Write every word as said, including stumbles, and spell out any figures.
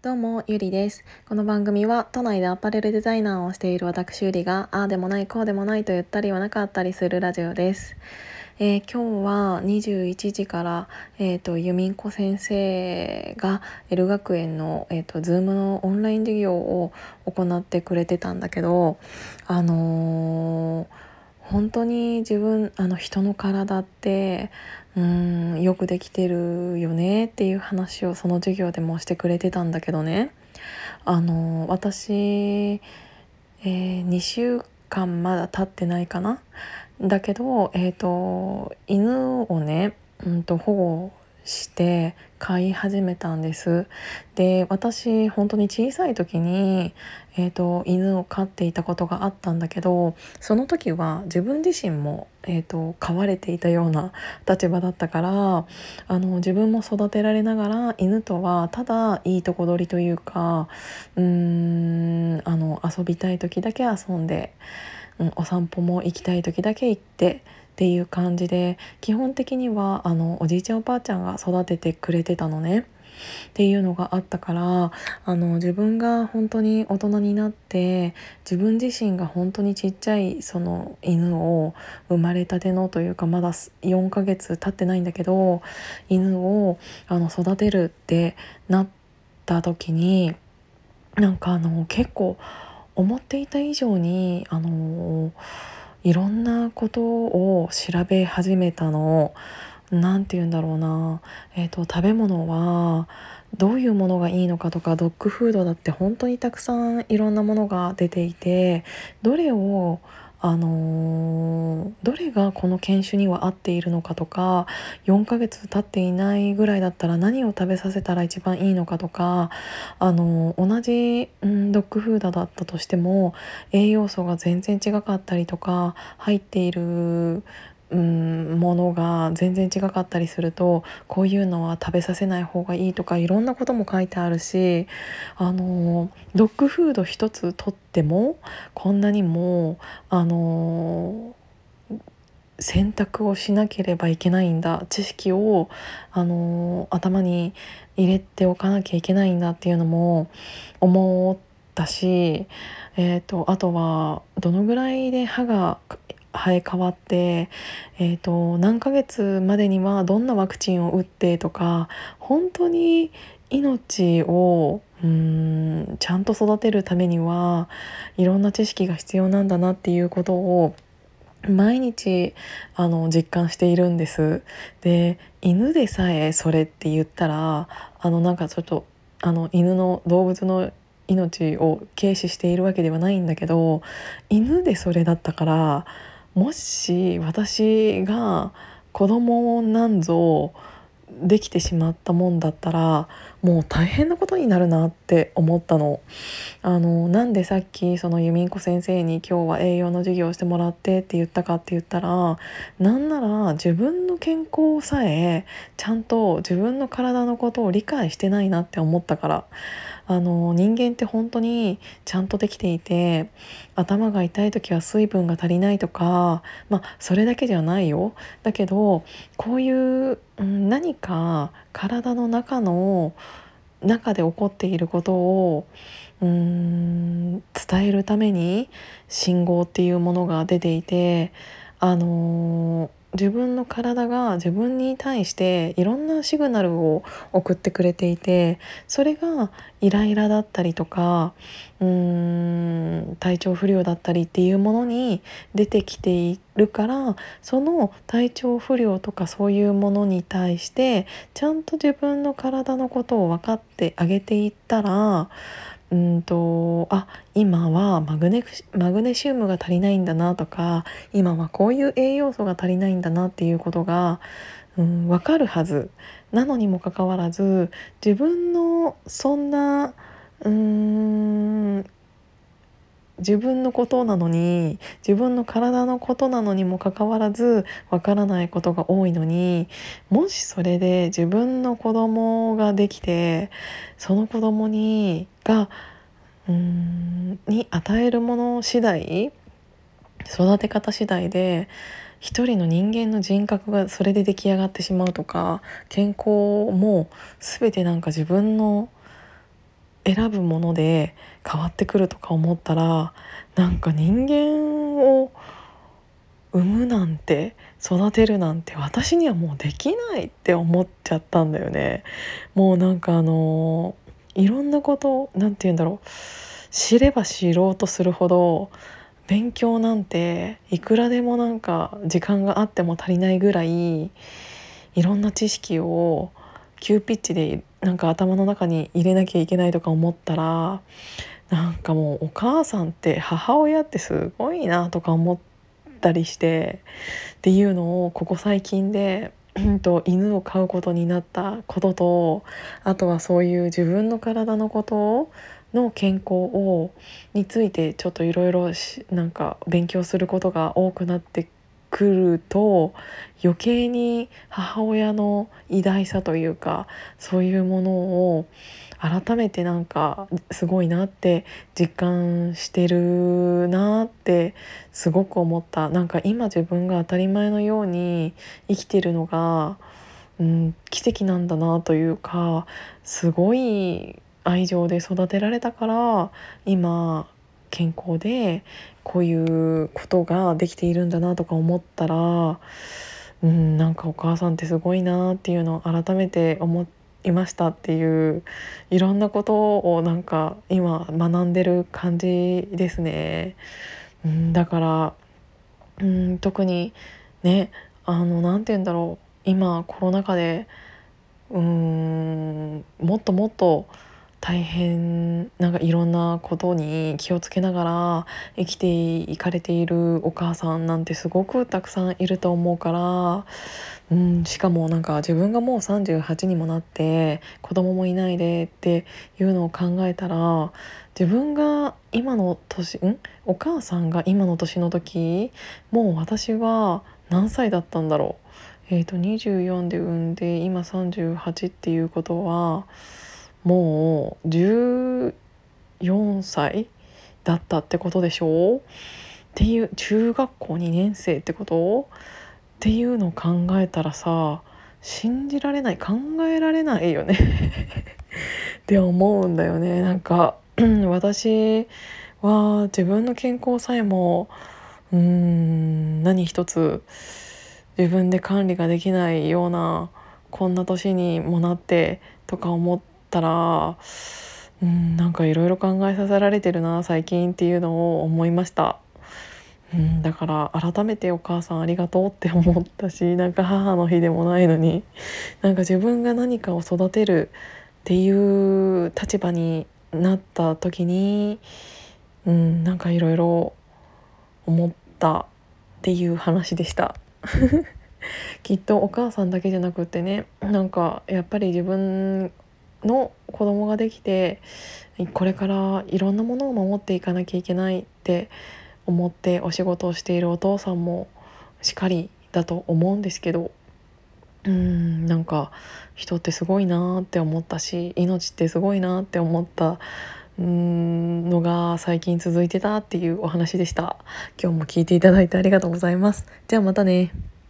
どうも、ゆりです。この番組は都内でアパレルデザイナーをしている私ゆりが、ああでもないこうでもないと言ったりはなかったりするラジオです。えー今日はにじゅういちじから、えーと、ゆみんこ先生が L 学園の、えーと、ズームのオンライン授業を行ってくれてたんだけど、あのー本当に自分あの人の体ってうーんよくできてるよねっていう話をその授業でもしてくれてたんだけどね、あの私、えー、にしゅうかんまだ経ってないかな。だけど、えーと、犬をね、うんと保護して飼い始めたんです。で、私本当に小さい時に、えーと、犬を飼っていたことがあったんだけど、その時は自分自身も、えーと、飼われていたような立場だったから、あの自分も育てられながら犬とはただいいとこ取りというか、うーんあの遊びたい時だけ遊んで、うん、お散歩も行きたい時だけ行ってっていう感じで、基本的にはあのおじいちゃんおばあちゃんが育ててくれてたのねっていうのがあったから、あの自分が本当に大人になって自分自身が本当にちっちゃいその犬を、生まれたてのというかまだよんかげつ経ってないんだけど、犬をあの育てるってなった時に、なんかあの結構思っていた以上にあのいろんなことを調べ始めたの。なんて言うんだろうな、えーと、食べ物はどういうものがいいのかとか、ドッグフードだって本当にたくさんいろんなものが出ていて、どれをあのーどれがこの犬種には合っているのかとか、よんかげつ経っていないぐらいだったら何を食べさせたら一番いいのかとか、あのー同じ、うん、ドッグフードだったとしても栄養素が全然違かったりとか、入っているうん、ものが全然違かったりすると、こういうのは食べさせない方がいいとか、いろんなことも書いてあるし、あのドッグフード一つとってもこんなにもあの選択をしなければいけないんだ、知識をあの頭に入れておかなきゃいけないんだっていうのも思ったし、えーと、あとはどのぐらいで歯が生え変わって、えーと、何ヶ月までにはどんなワクチンを打ってとか、本当に命をうーんちゃんと育てるためにはいろんな知識が必要なんだなっていうことを毎日あの実感しているんです。で、犬でさえそれって言ったら、あのなんかちょっとあの犬の動物の命を軽視しているわけではないんだけど、犬でそれだったから、もし私が子供なんぞできてしまったもんだったら、もう大変なことになるなって思ったの。あのなんでさっきその由美子先生に今日は栄養の授業をしてもらってって言ったかって言ったら、なんなら自分の健康さえちゃんと自分の体のことを理解してないなって思ったから。あの人間って本当にちゃんとできていて、頭が痛い時は水分が足りないとか、まあそれだけじゃないよ。だけどこういう、うん、何か体の中の中で起こっていることをうーん伝えるために信号っていうものが出ていて、あのー自分の体が自分に対していろんなシグナルを送ってくれていて、それがイライラだったりとか、うーん体調不良だったりっていうものに出てきているから、その体調不良とかそういうものに対してちゃんと自分の体のことを分かってあげていったら、うんとあ今はマグネマグネシウムが足りないんだなとか、今はこういう栄養素が足りないんだなっていうことが、うん、分かるはずなのにもかかわらず、自分のそんなうーん自分のことなのに、自分の体のことなのにもかかわらずわからないことが多いのに、もしそれで自分の子供ができて、その子供にがうーんに与えるもの次第、育て方次第で一人の人間の人格がそれで出来上がってしまうとか、健康も全てなんか自分の選ぶもので変わってくるとか思ったら、なんか人間を産むなんて育てるなんて私にはもうできないって思っちゃったんだよね。もうなんかあのいろんなことなんて言うんだろう、知れば知ろうとするほど勉強なんていくらでもなんか時間があっても足りないぐらい、いろんな知識を急ピッチでなんか頭の中に入れなきゃいけないとか思ったら、なんかもうお母さんって母親ってすごいなとか思ったりして、っていうのをここ最近でうんと犬を飼うことになったことと、あとはそういう自分の体のことの健康をについてちょっといろいろなんか勉強することが多くなってくると、余計に母親の偉大さというかそういうものを改めてなんかすごいなって実感してるなってすごく思った。なんか今自分が当たり前のように生きてるのが、うん、奇跡なんだなというか、すごい愛情で育てられたから今健康でこういうことができているんだなとか思ったら、うん、なんかお母さんってすごいなっていうのを改めて思いましたっていう、いろんなことをなんか今学んでる感じですね。うん、だからうん特にね、あのなんて言うんだろう、今コロナ禍でうーんもっともっと大変なんかいろんなことに気をつけながら生きていかれているお母さんなんてすごくたくさんいると思うから、うん、しかもなんか自分がもうさんじゅうはちにもなって子供もいないでっていうのを考えたら、自分が今の年んお母さんが今の年の時、もう私は何歳だったんだろう。えーとにじゅうよんで産んで今さんじゅうはちっていうことはもうじゅうよんさいだったってことでしょう。っていう中学校にねん生ってことっていうのを考えたらさ、信じられない、考えられないよねって思うんだよね。なんか私は自分の健康さえもうーん何一つ自分で管理ができないようなこんな年にもなってとか思ったら、うんなんかいろいろ考えさせられてるな最近っていうのを思いました。うん、だから改めてお母さんありがとうって思ったし、なんか母の日でもないのになんか自分が何かを育てるっていう立場になった時に、うん、なんかいろいろ思ったっていう話でしたきっとお母さんだけじゃなくってね、なんかやっぱり自分の子供ができてこれからいろんなものを守っていかなきゃいけないって思ってお仕事をしているお父さんもしかりだと思うんですけど、うーんなんか人ってすごいなって思ったし、命ってすごいなって思ったうーんのが最近続いてたっていうお話でした。今日も聞いていただいてありがとうございます。じゃあまたね。